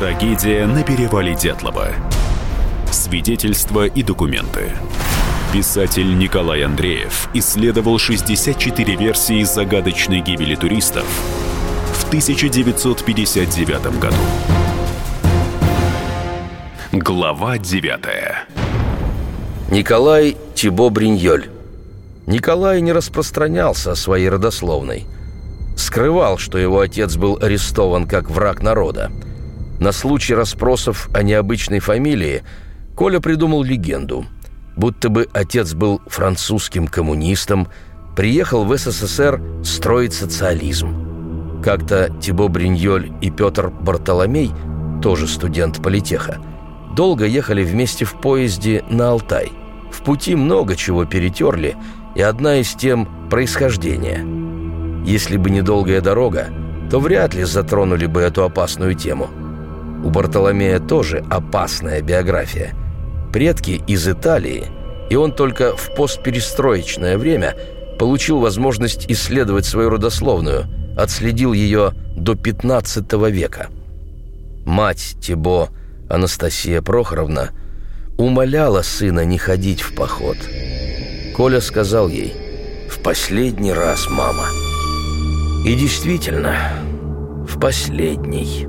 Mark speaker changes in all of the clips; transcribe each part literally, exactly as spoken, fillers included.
Speaker 1: Трагедия на перевале Дятлова. Свидетельства и документы. Писатель Николай Андреев исследовал шестьдесят четыре версии загадочной гибели туристов в тысяча девятьсот пятьдесят девятом году. Глава девятая.
Speaker 2: Николай Тибо Бриньоль. Николай не распространялся о своей родословной. Скрывал, что его отец был арестован как враг народа. На случай расспросов о необычной фамилии Коля придумал легенду, будто бы отец был французским коммунистом, приехал в СССР строить социализм. Как-то Тибо Бриньоль и Петр Бартоломей, тоже студент политеха, долго ехали вместе в поезде на Алтай. В пути много чего перетерли, и одна из тем – происхождение. Если бы не долгая дорога, то вряд ли затронули бы эту опасную тему. У Бартоломея тоже опасная биография. Предки из Италии, и он только в постперестроечное время получил возможность исследовать свою родословную, отследил ее до пятнадцатого века. Мать Тибо, Анастасия Прохоровна, умоляла сына не ходить в поход. Коля сказал ей: «В последний раз, мама». И действительно, в последний.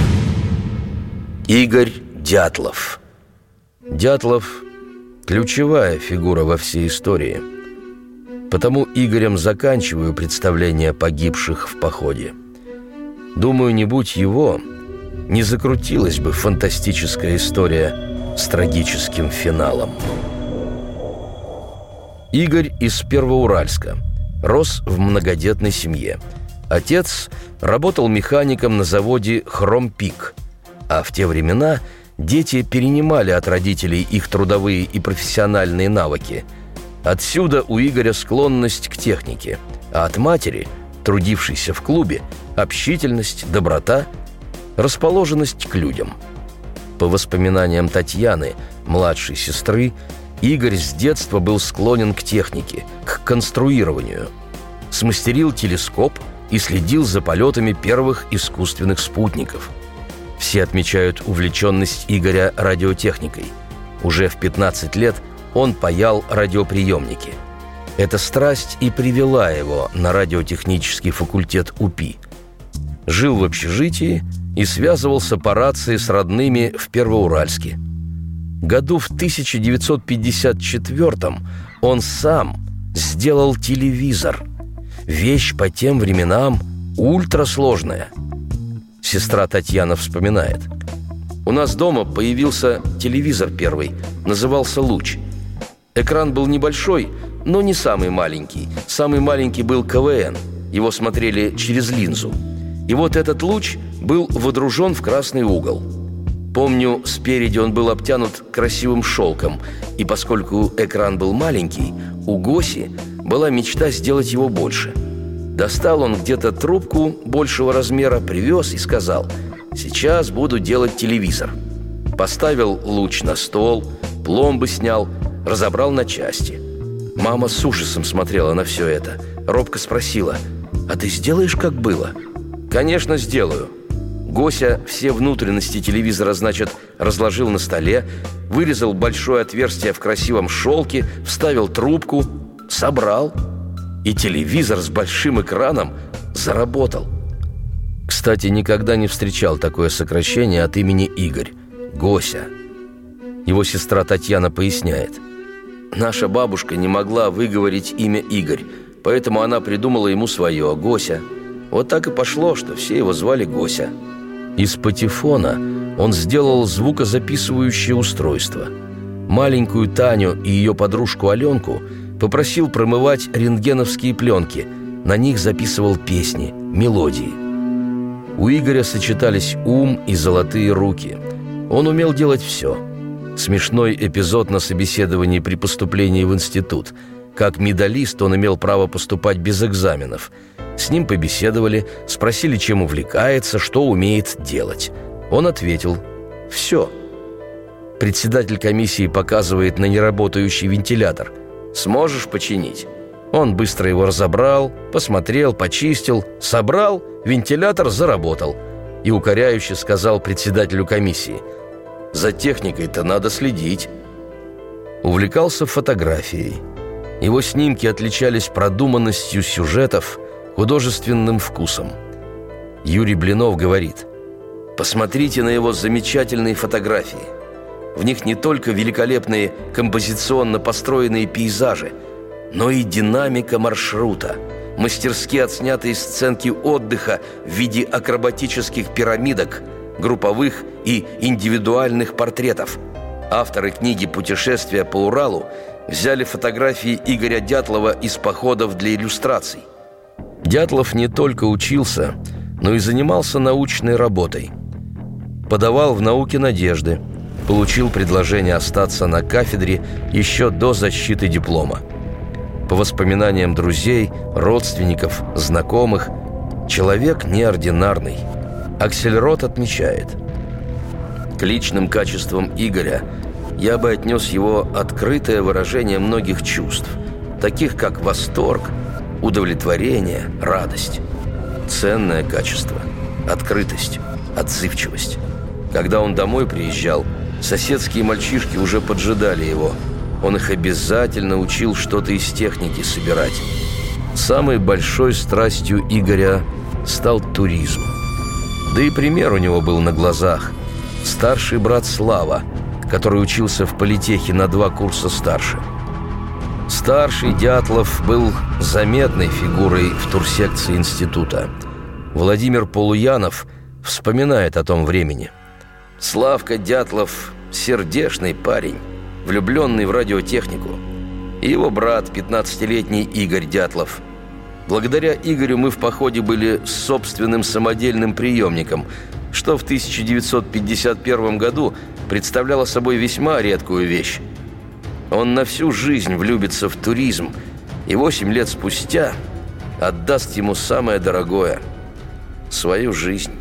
Speaker 2: Игорь Дятлов. Дятлов – ключевая фигура во всей истории. Потому Игорем заканчиваю представление погибших в походе. Думаю, не будь его, не закрутилась бы фантастическая история с трагическим финалом. Игорь из Первоуральска. Рос в многодетной семье. Отец работал механиком на заводе «Хромпик», а в те времена дети перенимали от родителей их трудовые и профессиональные навыки. Отсюда у Игоря склонность к технике, а от матери, трудившейся в клубе, общительность, доброта, расположенность к людям. По воспоминаниям Татьяны, младшей сестры, Игорь с детства был склонен к технике, к конструированию. Смастерил телескоп и следил за полетами первых искусственных спутников. Все отмечают увлеченность Игоря радиотехникой. Уже в пятнадцать лет он паял радиоприемники. Эта страсть и привела его на радиотехнический факультет УПИ. Жил в общежитии и связывался по рации с родными в Первоуральске. Году в тысяча девятьсот пятьдесят четвёртом он сам сделал телевизор. Вещь по тем временам ультрасложная. Сестра Татьяна вспоминает: «У нас дома появился телевизор первый, назывался «Луч». Экран был небольшой, но не самый маленький. Самый маленький был ка вэ эн, его смотрели через линзу. И вот этот луч был водружен в красный угол. Помню, спереди он был обтянут красивым шелком, и поскольку экран был маленький, у Госи была мечта сделать его больше. Достал он где-то трубку большего размера, привез и сказал: «Сейчас буду делать телевизор». Поставил луч на стол, пломбы снял, разобрал на части. Мама с ужасом смотрела на все это, робко спросила: «А ты сделаешь, как было?» «Конечно, сделаю». Гося все внутренности телевизора, значит, разложил на столе, вырезал большое отверстие в красивом шелке, вставил трубку, собрал. И телевизор с большим экраном заработал. Кстати, никогда не встречал такое сокращение от имени Игорь – Гося. Его сестра Татьяна поясняет: «Наша бабушка не могла выговорить имя Игорь, поэтому она придумала ему свое – Гося. Вот так и пошло, что все его звали Гося». Из патефона он сделал звукозаписывающее устройство. Маленькую Таню и ее подружку Аленку попросил промывать рентгеновские пленки. На них записывал песни, мелодии. У Игоря сочетались ум и золотые руки. Он умел делать все. Смешной эпизод на собеседовании при поступлении в институт. Как медалист он имел право поступать без экзаменов. С ним побеседовали, спросили, чем увлекается, что умеет делать. Он ответил: «Все». Председатель комиссии показывает на неработающий вентилятор. «Сможешь починить?» Он быстро его разобрал, посмотрел, почистил, собрал, вентилятор заработал. и укоряюще сказал председателю комиссии: «За техникой-то надо следить». Увлекался фотографией. Его снимки отличались продуманностью сюжетов, художественным вкусом. Юрий Блинов говорит: «Посмотрите на его замечательные фотографии. В них не только великолепные композиционно построенные пейзажи, но и динамика маршрута, мастерски отснятые сценки отдыха в виде акробатических пирамидок, групповых и индивидуальных портретов. Авторы книги «Путешествия по Уралу» взяли фотографии Игоря Дятлова из походов для иллюстраций». Дятлов не только учился, но и занимался научной работой. Подавал в «Науке надежды», получил предложение остаться на кафедре еще до защиты диплома. По воспоминаниям друзей, родственников, знакомых, человек неординарный. Аксельрод отмечает: «К личным качествам Игоря я бы отнес его открытое выражение многих чувств, таких как восторг, удовлетворение, радость. Ценное качество – открытость, отзывчивость. Когда он домой приезжал, соседские мальчишки уже поджидали его. Он их обязательно учил что-то из техники собирать. Самой большой страстью Игоря стал туризм. Да и пример у него был на глазах. Старший брат Слава, который учился в политехе на два курса старше. Старший Дятлов был заметной фигурой в турсекции института. Владимир Полуянов вспоминает о том времени. Славка Дятлов – сердечный парень, влюбленный в радиотехнику. И его брат, пятнадцатилетний Игорь Дятлов. Благодаря Игорю мы в походе были с собственным самодельным приемником, что в тысяча девятьсот пятьдесят первом году представляло собой весьма редкую вещь. Он на всю жизнь влюбится в туризм и восемь лет спустя отдаст ему самое дорогое – свою жизнь.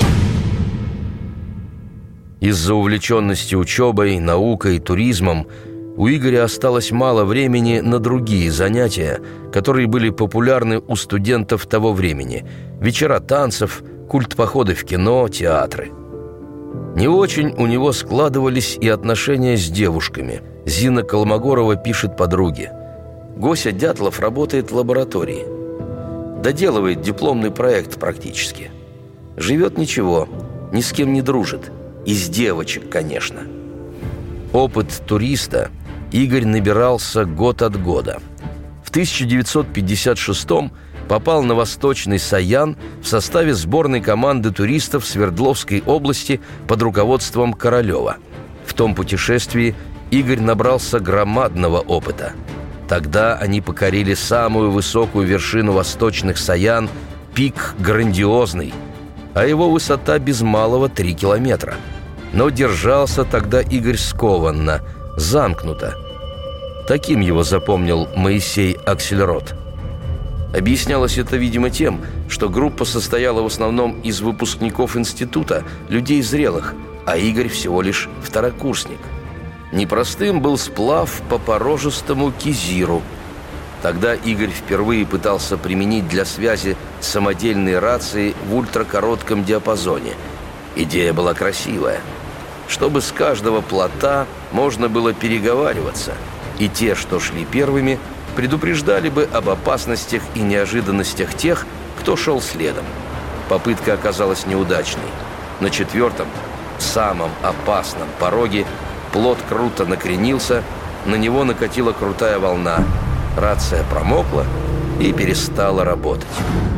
Speaker 2: Из-за увлеченности учебой, наукой, туризмом у Игоря осталось мало времени на другие занятия, которые были популярны у студентов того времени – вечера танцев, культ-походы в кино, театры. Не очень у него складывались и отношения с девушками. Зина Колмогорова пишет подруге: «Гося Дятлов работает в лаборатории. Доделывает дипломный проект практически. Живет ничего, ни с кем не дружит. Из девочек, конечно». Опыт туриста Игорь набирался год от года. В тысяча девятьсот пятьдесят шестом попал на Восточный Саян в составе сборной команды туристов Свердловской области под руководством Королева. В том путешествии Игорь набрался громадного опыта. Тогда они покорили самую высокую вершину Восточных Саян – пик Грандиозный, а его высота без малого три километра. Но держался тогда Игорь скованно, замкнуто. Таким его запомнил Моисей Аксельрод. Объяснялось это, видимо, тем, что группа состояла в основном из выпускников института, людей зрелых, а Игорь всего лишь второкурсник. Непростым был сплав по порожистому Кизиру. Тогда Игорь впервые пытался применить для связи самодельные рации в ультракоротком диапазоне. Идея была красивая. Чтобы с каждого плота можно было переговариваться, и те, что шли первыми, предупреждали бы об опасностях и неожиданностях тех, кто шел следом. Попытка оказалась неудачной. На четвертом, самом опасном пороге, плот круто накренился, на него накатила крутая волна. Рация промокла и перестала работать.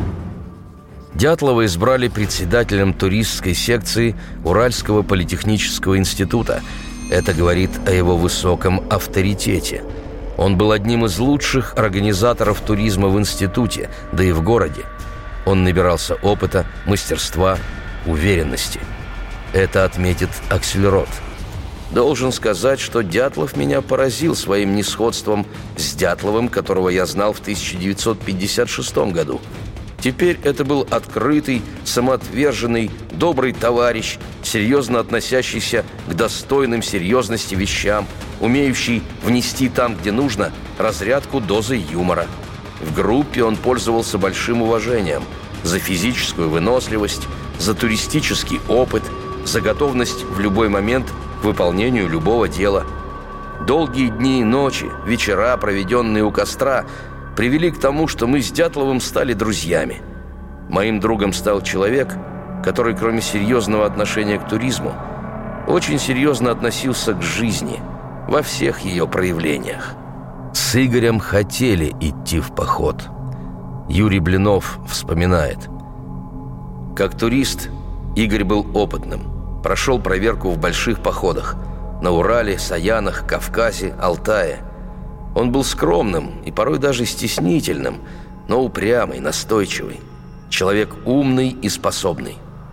Speaker 2: Дятлова избрали председателем туристской секции Уральского политехнического института. Это говорит о его высоком авторитете. Он был одним из лучших организаторов туризма в институте, да и в городе. Он набирался опыта, мастерства, уверенности. Это отметит Аксельрод. Должен сказать, что Дятлов меня поразил своим несходством с Дятловым, которого я знал в тысяча девятьсот пятьдесят шестом году. Теперь это был открытый, самоотверженный, добрый товарищ, серьезно относящийся к достойным серьезности вещам, умеющий внести там, где нужно, разрядку дозы юмора. В группе он пользовался большим уважением за физическую выносливость, за туристический опыт, за готовность в любой момент к выполнению любого дела. Долгие дни и ночи, вечера, проведенные у костра, привели к тому, что мы с Дятловым стали друзьями. Моим другом стал человек, который, кроме серьезного отношения к туризму, очень серьезно относился к жизни во всех ее проявлениях. С Игорем хотели идти в поход. Юрий Блинов вспоминает: как турист Игорь был опытным, прошел проверку в больших походах на Урале, Саянах, Кавказе, Алтае. Он был скромным и порой даже стеснительным, но упрямый, настойчивый. Человек умный и способный.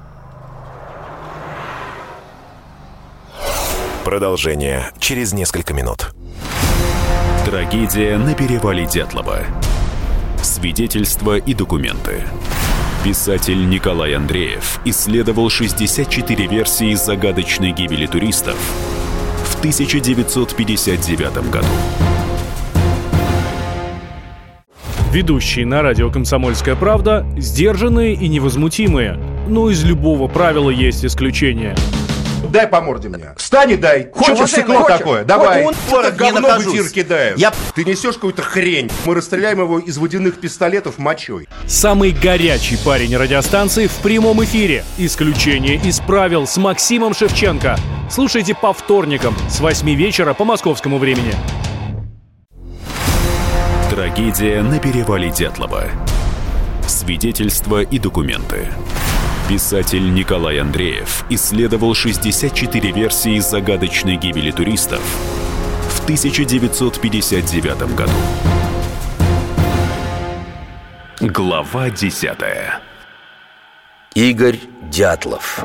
Speaker 3: Продолжение через несколько минут.
Speaker 1: Трагедия на перевале Дятлова. Свидетельства и документы. Писатель Николай Андреев исследовал шестьдесят четыре версии загадочной гибели туристов в тысяча девятьсот пятьдесят девятом году.
Speaker 4: Ведущие на радио «Комсомольская правда» сдержанные и невозмутимые. Но из любого правила есть исключение.
Speaker 5: Дай по морде мне. Встань и дай. Хочешь
Speaker 6: Чё,
Speaker 5: стекло
Speaker 6: хочешь?
Speaker 5: такое? Давай.
Speaker 6: Вот
Speaker 5: Это
Speaker 6: он,
Speaker 5: говно
Speaker 6: накажусь.
Speaker 5: в эфир кидаем.
Speaker 6: Я...
Speaker 5: Ты несешь какую-то хрень. Мы расстреляем его из водяных пистолетов мочой.
Speaker 4: Самый горячий парень радиостанции в прямом эфире. Исключение из правил с Максимом Шевченко. Слушайте по вторникам с восьми вечера по московскому времени.
Speaker 1: Трагедия на перевале Дятлова. Свидетельства и документы. Писатель Николай Андреев исследовал шестьдесят четыре версии загадочной гибели туристов в тысяча девятьсот пятьдесят девятом году. Глава десятая.
Speaker 2: Игорь Дятлов.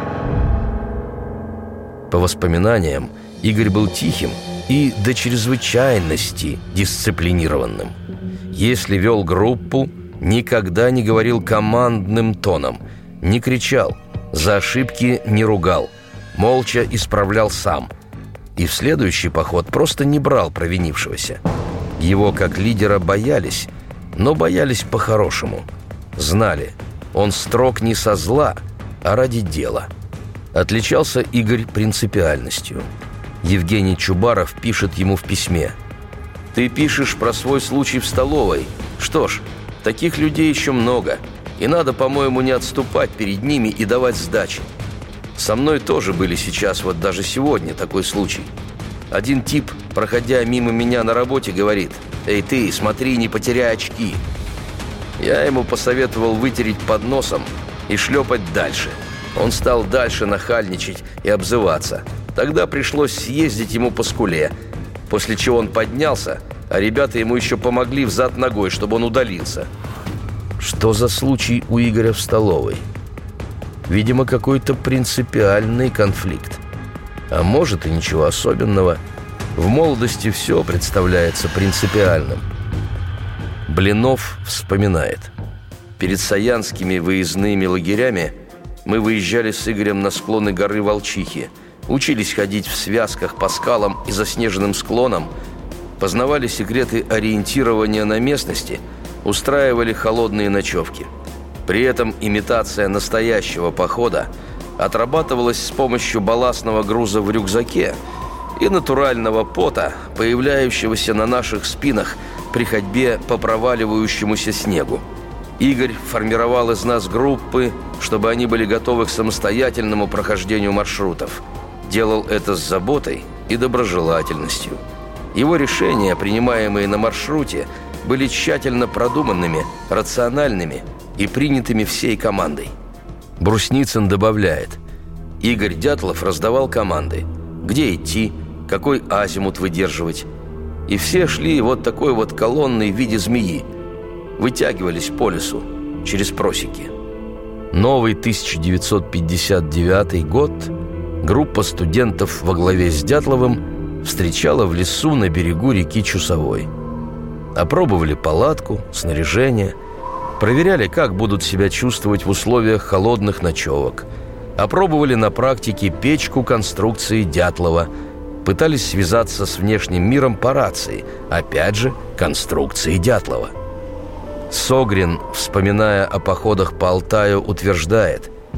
Speaker 2: По воспоминаниям, Игорь был тихим и до чрезвычайности дисциплинированным. Если вел группу, никогда не говорил командным тоном, не кричал, за ошибки не ругал, молча исправлял сам. И в следующий поход просто не брал провинившегося. Его как лидера боялись, но боялись по-хорошему. Знали, он строг не со зла, а ради дела. Отличался Игорь принципиальностью. Евгений Чубаров пишет ему в письме: «Ты пишешь про свой случай в столовой. Что ж, таких людей еще много. И надо, по-моему, не отступать перед ними и давать сдачи. Со мной тоже были сейчас, вот даже сегодня, такой случай. Один тип, проходя мимо меня на работе, говорит: «Эй ты, смотри, не потеряй очки». Я ему посоветовал вытереть под носом и шлепать дальше. Он стал дальше нахальничать и обзываться. Тогда пришлось съездить ему по скуле, после чего он поднялся, а ребята ему еще помогли взад ногой, чтобы он удалился». Что за случай у Игоря в столовой? Видимо, какой-то принципиальный конфликт. А может, и ничего особенного. В молодости все представляется принципиальным. Блинов вспоминает: перед саянскими выездными лагерями мы выезжали с Игорем на склоны горы Волчихи, учились ходить в связках по скалам и заснеженным склонам, познавали секреты ориентирования на местности, устраивали холодные ночевки. При этом имитация настоящего похода отрабатывалась с помощью балластного груза в рюкзаке и натурального пота, появляющегося на наших спинах при ходьбе по проваливающемуся снегу. Игорь формировал из нас группы, чтобы они были готовы к самостоятельному прохождению маршрутов. Делал это с заботой и доброжелательностью. Его решения, принимаемые на маршруте, были тщательно продуманными, рациональными и принятыми всей командой. Брусницын добавляет: Игорь Дятлов раздавал команды, где идти, какой азимут выдерживать. И все шли вот такой вот колонной в виде змеи, вытягивались по лесу через просеки. Новый тысяча девятьсот пятьдесят девятый год группа студентов во главе с Дятловым встречала в лесу на берегу реки Чусовой. Опробовали палатку, снаряжение, проверяли, как будут себя чувствовать в условиях холодных ночевок. Опробовали на практике печку конструкции Дятлова, пытались связаться с внешним миром по рации, опять же, конструкции Дятлова. Согрин, вспоминая о походах по Алтаю, утверждает: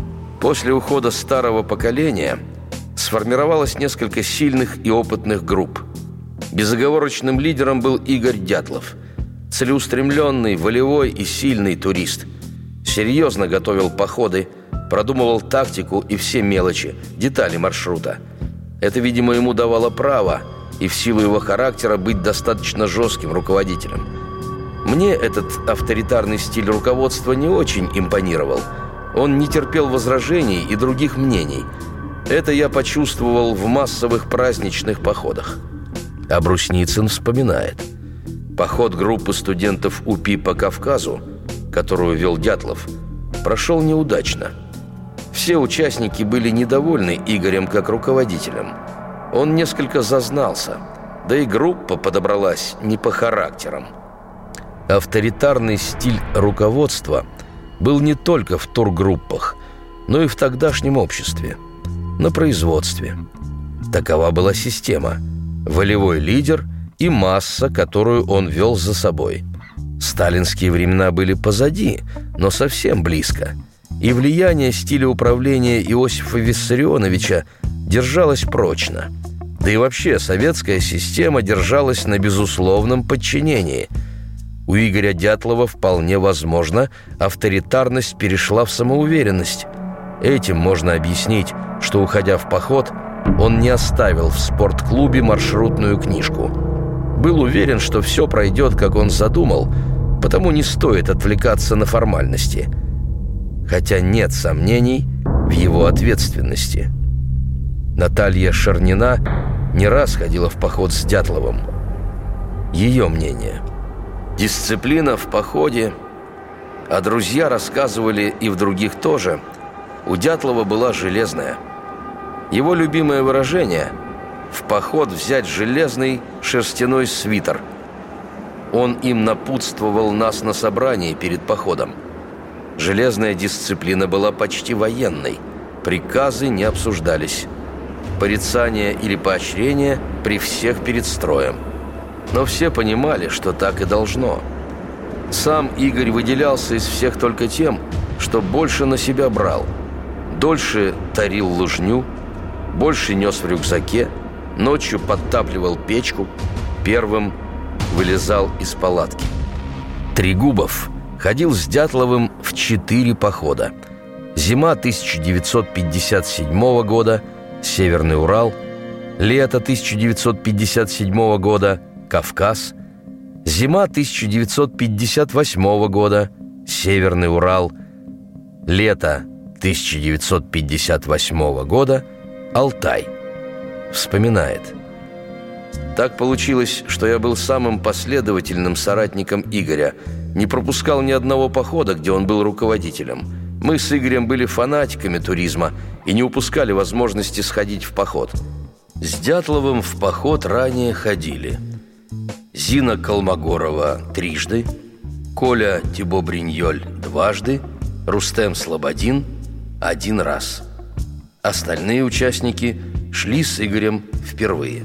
Speaker 2: После ухода старого поколения сформировалось несколько сильных и опытных групп. Безоговорочным лидером был Игорь Дятлов. Целеустремленный, волевой и сильный турист. Серьезно готовил походы, продумывал тактику и все мелочи, детали маршрута. Это, видимо, ему давало право и в силу его характера быть достаточно жестким руководителем. Мне этот авторитарный стиль руководства не очень импонировал. Он не терпел возражений и других мнений. Это я почувствовал в массовых праздничных походах. А Брусницын вспоминает. Поход группы студентов УПИ по Кавказу, которую вел Дятлов, прошел неудачно. Все участники были недовольны Игорем как руководителем. Он несколько зазнался, да и группа подобралась не по характерам. Авторитарный стиль руководства был не только в тургруппах, но и в тогдашнем обществе, на производстве. Такова была система: волевой лидер и масса, которую он вел за собой. Сталинские времена были позади, но совсем близко. И влияние стиля управления Иосифа Виссарионовича держалось прочно. Да и вообще советская система держалась на безусловном подчинении. У Игоря Дятлова вполне возможно авторитарность перешла в самоуверенность. Этим можно объяснить, что, уходя в поход, он не оставил в спортклубе маршрутную книжку. Был уверен, что все пройдет, как он задумал, потому не стоит отвлекаться на формальности. Хотя нет сомнений в его ответственности. Наталья Шарнина не раз ходила в поход с Дятловым. Ее мнение: дисциплина в походе, а друзья рассказывали и в других тоже, у Дятлова была железная. Его любимое выражение: в поход взять железный шерстяной свитер. Он им напутствовал нас на собрании перед походом. Железная дисциплина была почти военной. Приказы не обсуждались. Порицание или поощрение при всех перед строем. Но все понимали, что так и должно. Сам Игорь выделялся из всех только тем, что больше на себя брал. Дольше тарил лыжню, больше нес в рюкзаке, ночью подтапливал печку, первым вылезал из палатки. Трегубов ходил с Дятловым в четыре похода. Зима тысяча девятьсот пятьдесят седьмого года – Северный Урал, лето тысяча девятьсот пятьдесят седьмого года – Кавказ, зима тысяча девятьсот пятьдесят восьмого года – Северный Урал, лето тысяча девятьсот пятьдесят восьмого года – Алтай. Вспоминает: так получилось, что я был самым последовательным соратником Игоря, не пропускал ни одного похода, где он был руководителем. Мы с Игорем были фанатиками туризма и не упускали возможности сходить в поход. С Дятловым в поход ранее ходили Зина Колмогорова трижды, Коля Тибо-Бриньоль дважды, Рустем Слободин один раз. Остальные участники шли с Игорем впервые.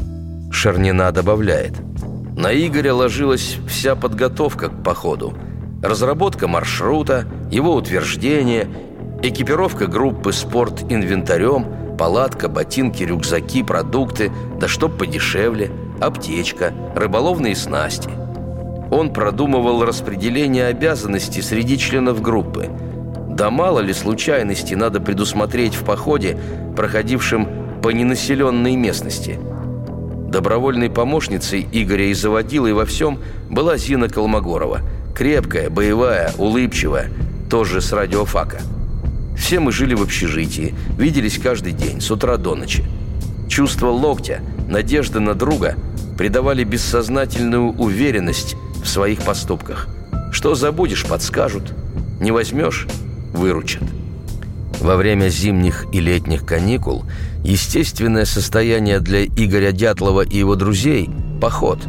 Speaker 2: Шарнина добавляет: на Игоря ложилась вся подготовка к походу. Разработка маршрута, его утверждение, экипировка группы спорт-инвентарем, палатка, ботинки, рюкзаки, продукты, да чтоб подешевле, аптечка, рыболовные снасти. Он продумывал распределение обязанностей среди членов группы. Да мало ли случайностей надо предусмотреть в походе, проходившем по ненаселенной местности. Добровольной помощницей Игоря и заводилой во всем была Зина Колмогорова. Крепкая, боевая, улыбчивая, тоже с радиофака. Все мы жили в общежитии, виделись каждый день, с утра до ночи. Чувство локтя, надежда на друга придавали бессознательную уверенность в своих поступках. Что забудешь, подскажут. Не возьмешь – выручат. Во время зимних и летних каникул естественное состояние для Игоря Дятлова и его друзей – поход.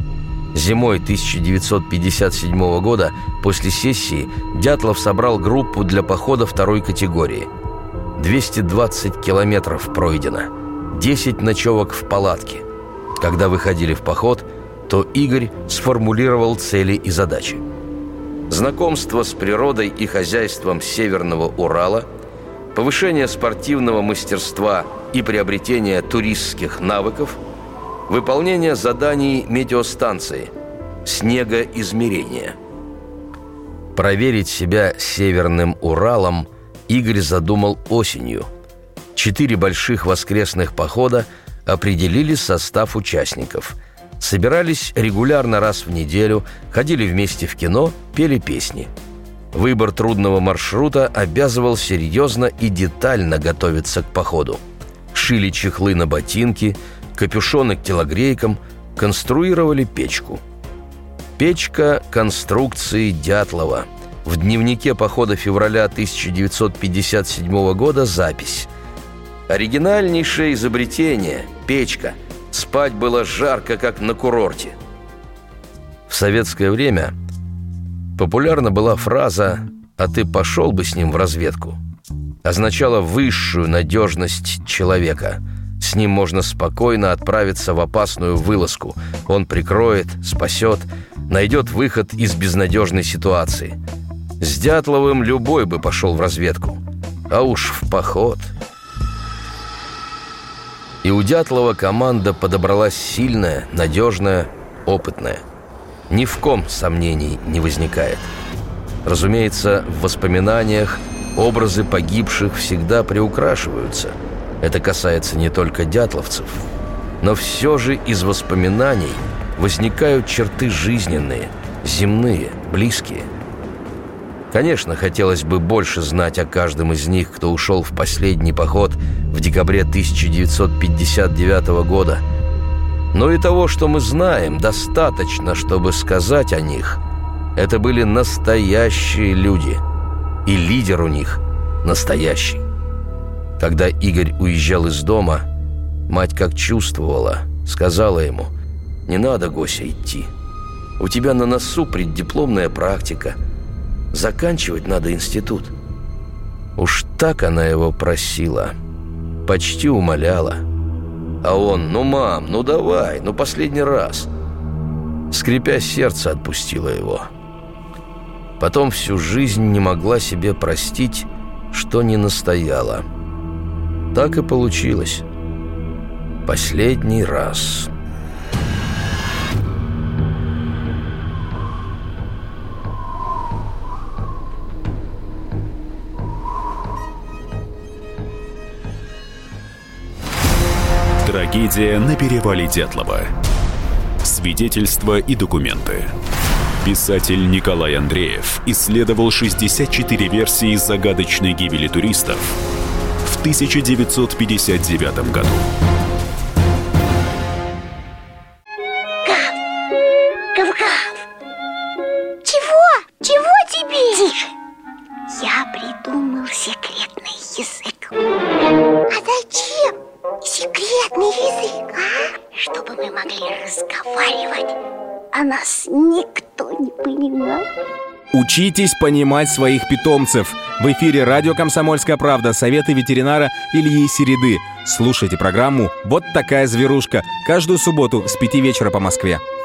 Speaker 2: Зимой тысяча девятьсот пятьдесят седьмого года после сессии Дятлов собрал группу для похода второй категории. двести двадцать километров пройдено, десять ночевок в палатке. Когда выходили в поход, то Игорь сформулировал цели и задачи. Знакомство с природой и хозяйством Северного Урала, повышение спортивного мастерства и приобретение туристских навыков, выполнение заданий метеостанции, снегоизмерения. Проверить себя Северным Уралом Игорь задумал осенью. Четыре больших воскресных похода определили состав участников. Собирались регулярно раз в неделю, ходили вместе в кино, пели песни. Выбор трудного маршрута обязывал серьезно и детально готовиться к походу. Шили чехлы на ботинки, капюшоны к телогрейкам, конструировали печку. Печка конструкции Дятлова. В дневнике похода февраля тысяча девятьсот пятьдесят седьмого года запись. Оригинальнейшее изобретение – печка. Спать было жарко, как на курорте. В советское время популярна была фраза «а ты пошел бы с ним в разведку». Означала высшую надежность человека. С ним можно спокойно отправиться в опасную вылазку. Он прикроет, спасет, найдет выход из безнадежной ситуации. С Дятловым любой бы пошел в разведку. А уж в поход. И у Дятлова команда подобралась сильная, надежная, опытная. Ни в ком сомнений не возникает. Разумеется, в воспоминаниях образы погибших всегда приукрашиваются. Это касается не только дятловцев. Но все же из воспоминаний возникают черты жизненные, земные, близкие. Конечно, хотелось бы больше знать о каждом из них, кто ушел в последний поход в декабре тысяча девятьсот пятьдесят девятого года. Но и того, что мы знаем, достаточно, чтобы сказать о них. Это были настоящие люди, и лидер у них настоящий. Когда Игорь уезжал из дома, мать как чувствовала, сказала ему: «Не надо, Гося, идти. У тебя на носу преддипломная практика. Заканчивать надо институт». Уж так она его просила, почти умоляла. А он: «Ну, мам, ну давай, ну последний раз». Скрипя сердце, отпустила его. Потом всю жизнь не могла себе простить, что не настояла. Так и получилось. Последний раз.
Speaker 1: Трагедия на перевале Дятлова. Свидетельства и документы. Писатель Николай Андреев исследовал шестьдесят четыре версии загадочной гибели туристов в тысяча девятьсот пятьдесят девятом году.
Speaker 6: Гав! Гав-гав! Чего? Чего тебе? Тише! Я придумал секретный язык. А зачем секретный язык, а? Чтобы мы могли разговаривать, а нас никто не понимал.
Speaker 7: Учитесь понимать своих питомцев. В эфире радио «Комсомольская правда», советы ветеринара Ильи Середы. Слушайте программу «Вот такая зверушка» каждую субботу с пяти вечера по Москве.